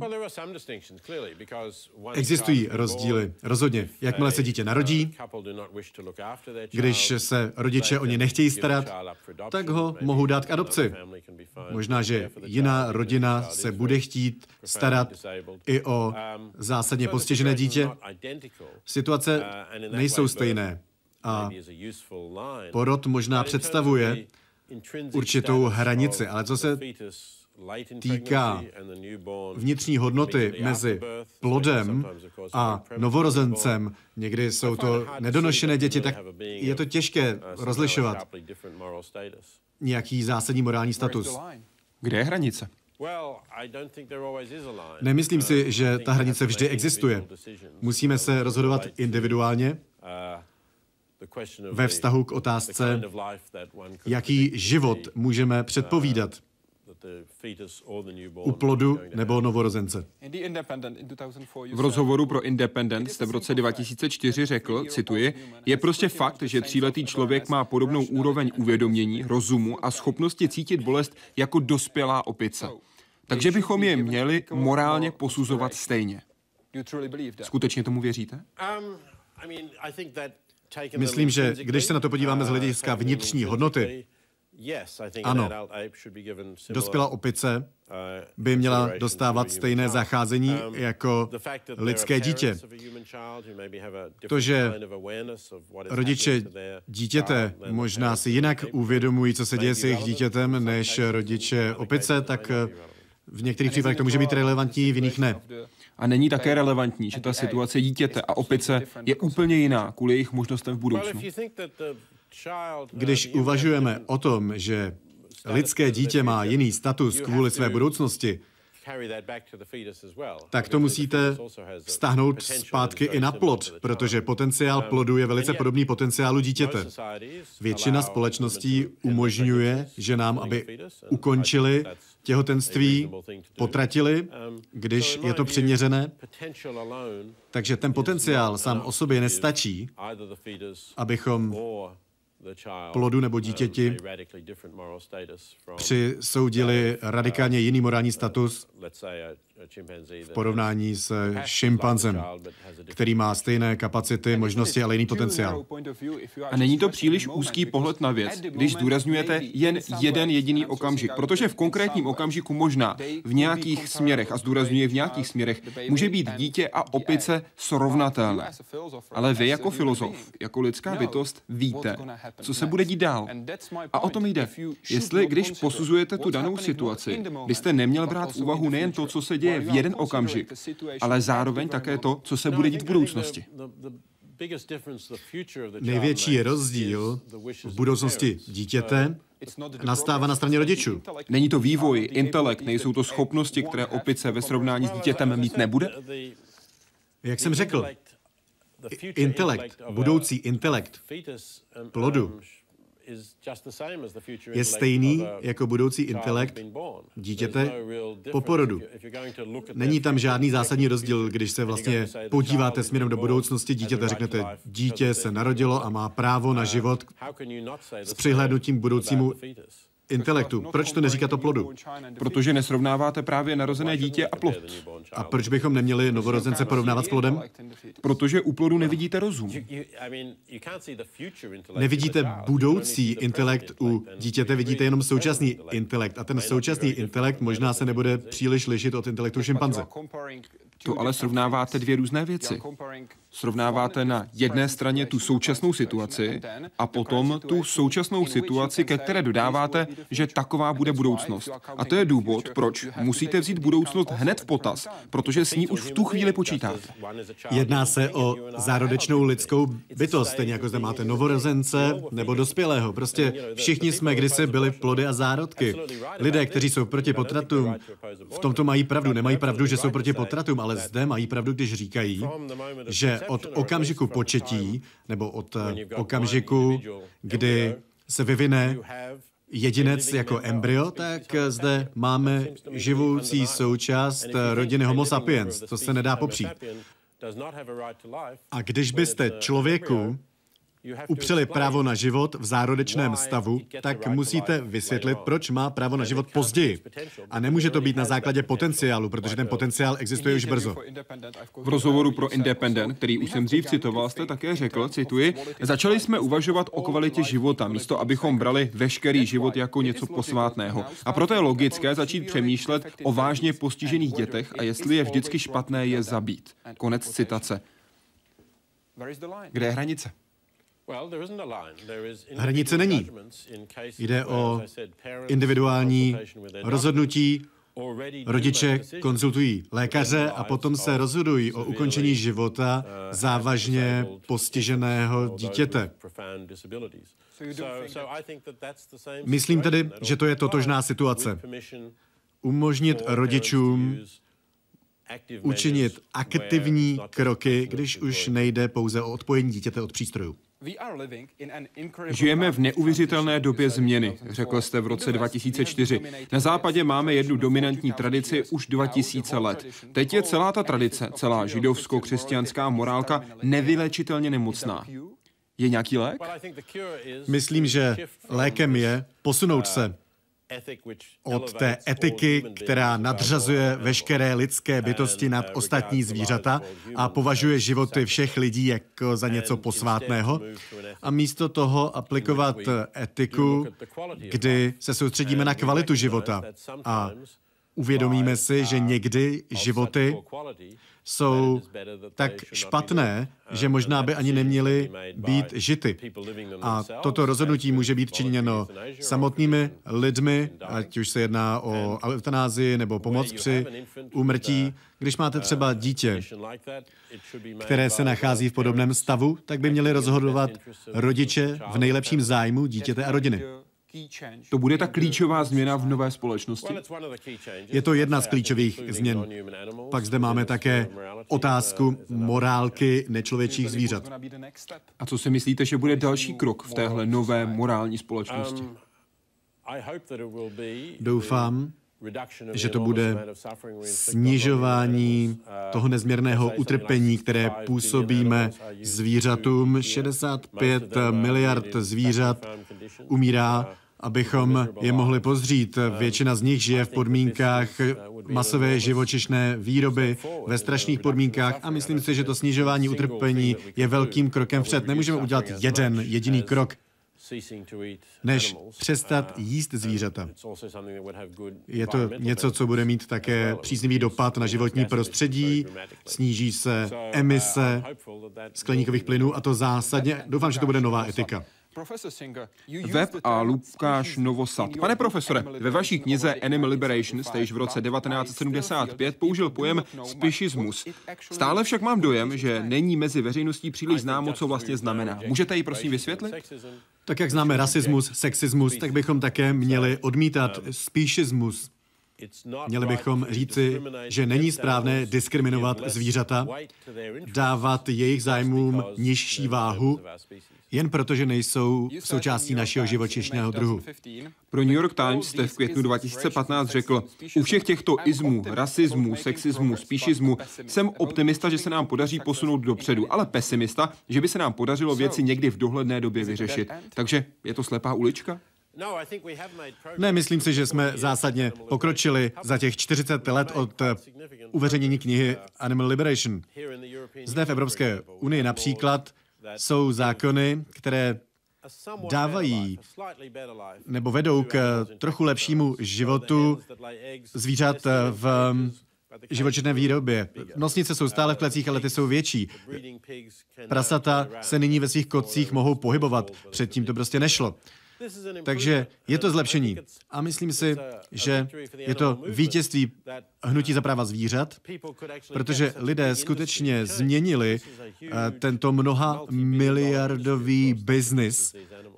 Existují rozdíly. Rozhodně. Jakmile se dítě narodí, když se rodiče o ně nechtějí starat, tak ho mohou dát k adopci. Možná, že jiná rodina se bude chtít starat i o zásadně postižené dítě. Situace nejsou stejné a porod možná představuje určitou hranici, ale co se týká vnitřní hodnoty mezi plodem a novorozencem, někdy jsou to nedonošené děti, tak je to těžké rozlišovat nějaký zásadní morální status. Kde je hranice? Nemyslím si, že ta hranice vždy existuje. Musíme se rozhodovat individuálně ve vztahu k otázce, jaký život můžeme předpovídat u plodu nebo novorozence. V rozhovoru pro Independent jste v roce dva tisíce čtyři řekl, cituji, je prostě fakt, že tříletý člověk má podobnou úroveň uvědomění, rozumu a schopnosti cítit bolest jako dospělá opice. Takže bychom je měli morálně posuzovat stejně. Skutečně tomu věříte? Myslím, že když se na to podíváme z hlediska vnitřní hodnoty, ano, dospělá opice by měla dostávat stejné zacházení jako lidské dítě. To, že rodiče dítěte možná si jinak uvědomují, co se děje s jejich dítětem, než rodiče opice, tak v některých případech to může být relevantní, v jiných ne. A není také relevantní, že ta situace dítěte a opice je úplně jiná kvůli jejich možnostem v budoucnu. Když uvažujeme o tom, že lidské dítě má jiný status kvůli své budoucnosti, tak to musíte vztáhnout zpátky i na plod, protože potenciál plodu je velice podobný potenciálu dítěte. Většina společností umožňuje ženám, aby ukončili těhotenství, potratili, když je to přiměřené. Takže ten potenciál sám o sobě nestačí, abychom plodu nebo dítěti přisoudili radikálně jiný morální status v porovnání s šimpanzem, který má stejné kapacity, možnosti, ale jiný potenciál. A není to příliš úzký pohled na věc, když zdůrazňujete jen jeden jediný okamžik, protože v konkrétním okamžiku možná v nějakých směrech, a zdůrazňuje v nějakých směrech, může být dítě a opice srovnatelné. Ale vy jako filozof, jako lidská bytost, víte, co se bude dít dál. A o tom jde. Jestli, když posuzujete tu danou situaci, byste neměl brát v úvahu nejen to, co se děje v jeden okamžik, ale zároveň také to, co se bude dít v budoucnosti. Největší rozdíl v budoucnosti dítěte nastává na straně rodičů. Není to vývoj, intelekt, nejsou to schopnosti, které opice ve srovnání s dítětem mít nebude? Jak jsem řekl, intelekt, budoucí intelekt plodu je stejný jako budoucí intelekt dítěte po porodu. Není tam žádný zásadní rozdíl, když se vlastně podíváte směrem do budoucnosti dítěte, řeknete, dítě se narodilo a má právo na život s přihlédnutím k budoucímu intelektu. Proč to neříkat o plodu? Protože nesrovnáváte právě narozené dítě a plod. A proč bychom neměli novorozence porovnávat s plodem? Protože u plodu nevidíte rozum. Nevidíte budoucí intelekt u dítěte, vidíte jenom současný intelekt. A ten současný intelekt možná se nebude příliš lišit od intelektu šimpanze. To ale srovnáváte dvě různé věci. Srovnáváte na jedné straně tu současnou situaci a potom tu současnou situaci, ke které dodáváte, že taková bude budoucnost. A to je důvod, proč musíte vzít budoucnost hned v potaz, protože s ní už v tu chvíli počítáte. Jedná se o zárodečnou lidskou bytost, stejně jako zde máte novorozence nebo dospělého. Prostě všichni jsme kdysi byli plody a zárodky. Lidé, kteří jsou proti potratům, v tomto mají pravdu. Nemají pravdu, že jsou proti potratům, ale zde mají pravdu, když říkají, že od okamžiku početí, nebo od okamžiku, kdy se vyvine jedinec jako embryo, tak zde máme živoucí součást rodiny Homo sapiens. To se nedá popřít. A když byste člověku upřeli právo na život v zárodečném stavu, tak musíte vysvětlit, proč má právo na život později. A nemůže to být na základě potenciálu, protože ten potenciál existuje už brzo. V rozhovoru pro Independent, který už jsem dřív citoval, jste také řekl, cituji, začali jsme uvažovat o kvalitě života, místo abychom brali veškerý život jako něco posvátného. A proto je logické začít přemýšlet o vážně postižených dětech a jestli je vždycky špatné je zabít. Konec citace. Kde je hranice? Hranice není. Jde o individuální rozhodnutí. Rodiče konzultují lékaře a potom se rozhodují o ukončení života závažně postiženého dítěte. Myslím tedy, že to je totožná situace. Umožnit rodičům učinit aktivní kroky, když už nejde pouze o odpojení dítěte od přístrojů. Žijeme v neuvěřitelné době změny, řekl jste v roce dva tisíce čtyři. Na západě máme jednu dominantní tradici už dva tisíce let. Teď je celá ta tradice, celá židovsko-křesťanská morálka nevylečitelně nemocná. Je nějaký lék? Myslím, že lékem je posunout se od té etiky, která nadřazuje veškeré lidské bytosti nad ostatní zvířata a považuje životy všech lidí jako za něco posvátného, a místo toho aplikovat etiku, kdy se soustředíme na kvalitu života a uvědomíme si, že někdy životy jsou tak špatné, že možná by ani neměly být žity. A toto rozhodnutí může být činěno samotnými lidmi, ať už se jedná o eutanázii nebo pomoc při úmrtí. Když máte třeba dítě, které se nachází v podobném stavu, tak by měli rozhodovat rodiče v nejlepším zájmu dítěte a rodiny. To bude ta klíčová změna v nové společnosti? Je to jedna z klíčových změn. Pak zde máme také otázku morálky nečlověčích zvířat. A co si myslíte, že bude další krok v téhle nové morální společnosti? Doufám, že to bude snižování toho nezměrného utrpení, které působíme zvířatům. šedesát pět miliard zvířat umírá abychom je mohli pozřít. Většina z nich žije v podmínkách masové živočišné výroby, ve strašných podmínkách a myslím si, že to snižování utrpení je velkým krokem vpřed. Nemůžeme udělat jeden jediný krok, než přestat jíst zvířata. Je to něco, co bude mít také příznivý dopad na životní prostředí, sníží se emise skleníkových plynů a to zásadně, doufám, že to bude nová etika. Webb a Lukáš Novosad. Pane profesore, ve vaší knize Animal Liberation jste již v roce devatenáct set sedmdesát pět použil pojem speciesmus. Stále však mám dojem, že není mezi veřejností příliš známo, co vlastně znamená. Můžete ji prosím vysvětlit? Tak jak známe rasismus, sexismus, tak bychom také měli odmítat speciesmus. Měli bychom říci, že není správné diskriminovat zvířata, dávat jejich zájmům nižší váhu, jen protože nejsou součástí našeho živočišného druhu. Pro New York Times jste v květnu dva tisíce patnáct řekl, u všech těchto ismů, rasismu, sexismu, spíšismu, jsem optimista, že se nám podaří posunout dopředu, ale pesimista, že by se nám podařilo věci někdy v dohledné době vyřešit. Takže je to slepá ulička? Ne, myslím si, že jsme zásadně pokročili za těch čtyřicet let od uveřejnění knihy Animal Liberation. Zde v Evropské unii například jsou zákony, které dávají nebo vedou k trochu lepšímu životu zvířat v živočišné výrobě. Nosnice jsou stále v klecích, ale ty jsou větší. Prasata se nyní ve svých kotcích mohou pohybovat. Předtím to prostě nešlo. Takže je to zlepšení. A myslím si, že je to vítězství hnutí za práva zvířat, protože lidé skutečně změnili tento mnoha miliardový biznis.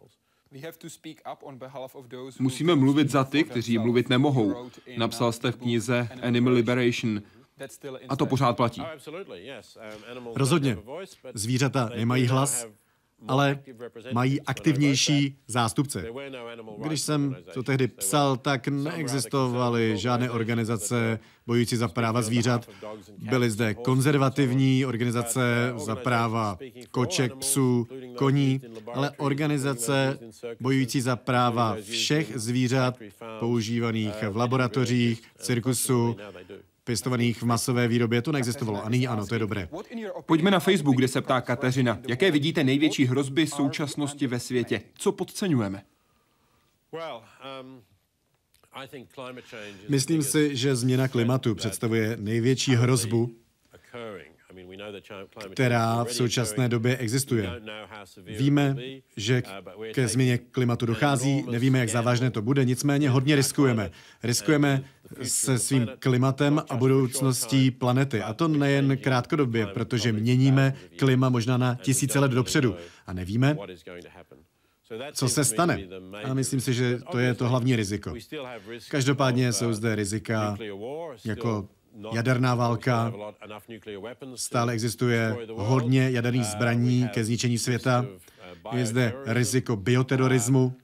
Musíme mluvit za ty, kteří mluvit nemohou. Napsal jste v knize Animal Liberation. A to pořád platí. Rozhodně. Zvířata nemají hlas, ale mají aktivnější zástupce. Když jsem to tehdy psal, tak neexistovaly žádné organizace bojující za práva zvířat. Byly zde konzervativní organizace za práva koček, psů, koní, ale organizace bojující za práva všech zvířat používaných v laboratořích, cirkusu, pěstovaných v masové výrobě, to neexistovalo. A nyní ano, to je dobré. Pojďme na Facebook, kde se ptá Kateřina. Jaké vidíte největší hrozby současnosti ve světě? Co podceňujeme? Myslím si, že změna klimatu představuje největší hrozbu, která v současné době existuje. Víme, že ke změně klimatu dochází, nevíme, jak závažné to bude, nicméně hodně riskujeme. Riskujeme se svým klimatem a budoucností planety. A to nejen krátkodobě, protože měníme klima možná na tisíce let dopředu. A nevíme, co se stane. A myslím si, že to je to hlavní riziko. Každopádně jsou zde rizika jako jaderná válka, stále existuje hodně jaderných zbraní ke zničení světa, je zde riziko bioterorismu,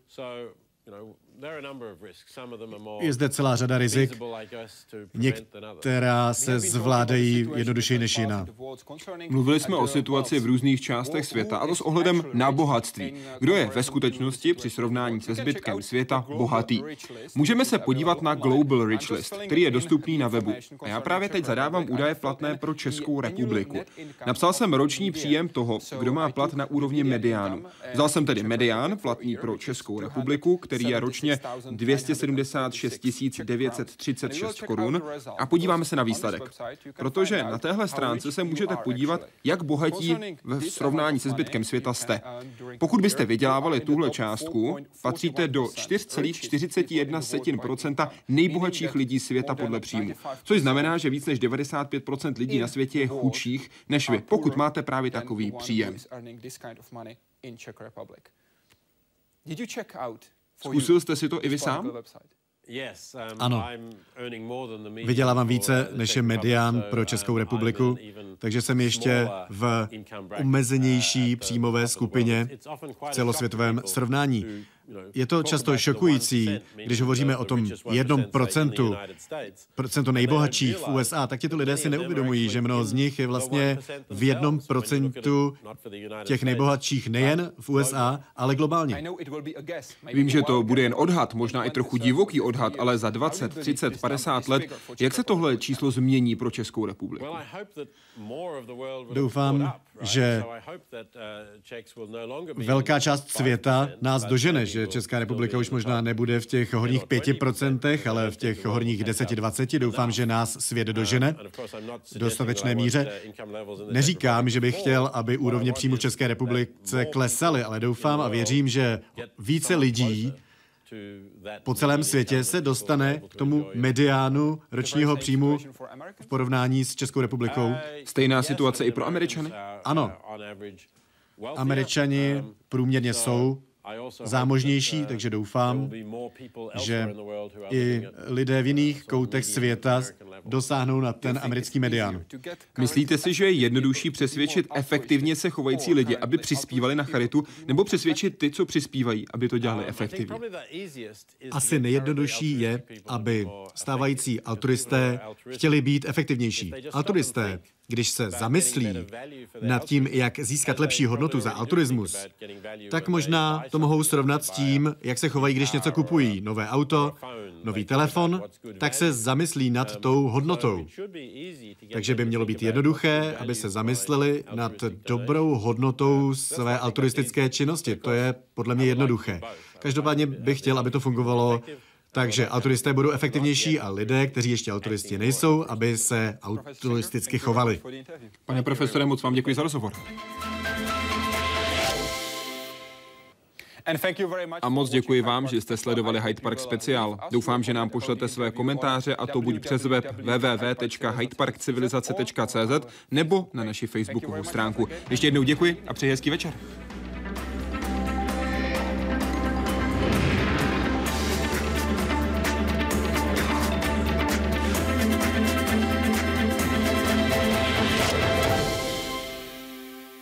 je zde celá řada rizik, některá se zvládají jednodušeji než jiná. Mluvili jsme o situaci v různých částech světa, a to s ohledem na bohatství. Kdo je ve skutečnosti při srovnání se zbytkem světa bohatý? Můžeme se podívat na Global Rich List, který je dostupný na webu. A já právě teď zadávám údaje platné pro Českou republiku. Napsal jsem roční příjem toho, kdo má plat na úrovni mediánu. Vzal jsem tedy medián, platný pro Českou republiku, který je ročně dvě stě sedmdesát šest tisíc devět set třicet šest korun a podíváme se na výsledek. Protože na téhle stránce se můžete podívat, jak bohatí v srovnání se zbytkem světa jste. Pokud byste vydělávali tuhle částku, patříte do čtyři celá čtyřicet jedna procenta nejbohatších lidí světa podle příjmu. Což znamená, že víc než devadesát pět procent lidí na světě je chudších než vy, pokud máte právě takový příjem. Zkusil jste si to i vy sám? Ano. Vydělávám více, než je medián pro Českou republiku, takže jsem ještě v omezenější příjmové skupině v celosvětovém srovnání. je to často šokující, když hovoříme o tom jednom procentu, procento nejbohatších v U S A, tak těto lidé si neuvědomují, že mnoho z nich je vlastně v jednom procentu těch nejbohatších nejen v U S A, ale globálně. Vím, že to bude jen odhad, možná i trochu divoký odhad, ale za dvacet, třicet, padesát let, jak se tohle číslo změní pro Českou republiku? Doufám, že velká část světa nás dožene, že Česká republika už možná nebude v těch horních pěti procentech, ale v těch horních deseti, dvaceti. Doufám, že nás svět dožene v dostatečné míře. Neříkám, že bych chtěl, aby úrovně příjmu v České republice klesaly, ale doufám a věřím, že více lidí po celém světě se dostane k tomu mediánu ročního příjmu v porovnání s Českou republikou. Stejná situace i pro Američany? Ano. Američani průměrně jsou zámožnější, takže doufám, že i lidé v jiných koutech světa dosáhnou na ten americký medián. Myslíte si, že je jednodušší přesvědčit efektivně se chovající lidi, aby přispívali na charitu, nebo přesvědčit ty, co přispívají, aby to dělali efektivně? Asi nejjednodušší je, aby stávající altruisté chtěli být efektivnější. Altruisté, když se zamyslí nad tím, jak získat lepší hodnotu za altruismus, tak možná to mohou srovnat s tím, jak se chovají, když něco kupují. Nové auto, nový telefon, tak se zamyslí nad tou hodnotou. Takže by mělo být jednoduché, aby se zamysleli nad dobrou hodnotou své altruistické činnosti. To je podle mě jednoduché. Každopádně bych chtěl, aby to fungovalo. Takže altruisté budou efektivnější a lidé, kteří ještě altruisti nejsou, aby se altruisticky chovali. Pane profesore, moc vám děkuji za rozhovor. A moc děkuji vám, že jste sledovali Hyde Park speciál. Doufám, že nám pošlete své komentáře, a to buď přes web w w w tečka hyde park civilizace tečka c z nebo na naši facebookovou stránku. Ještě jednou děkuji a přeji hezký večer.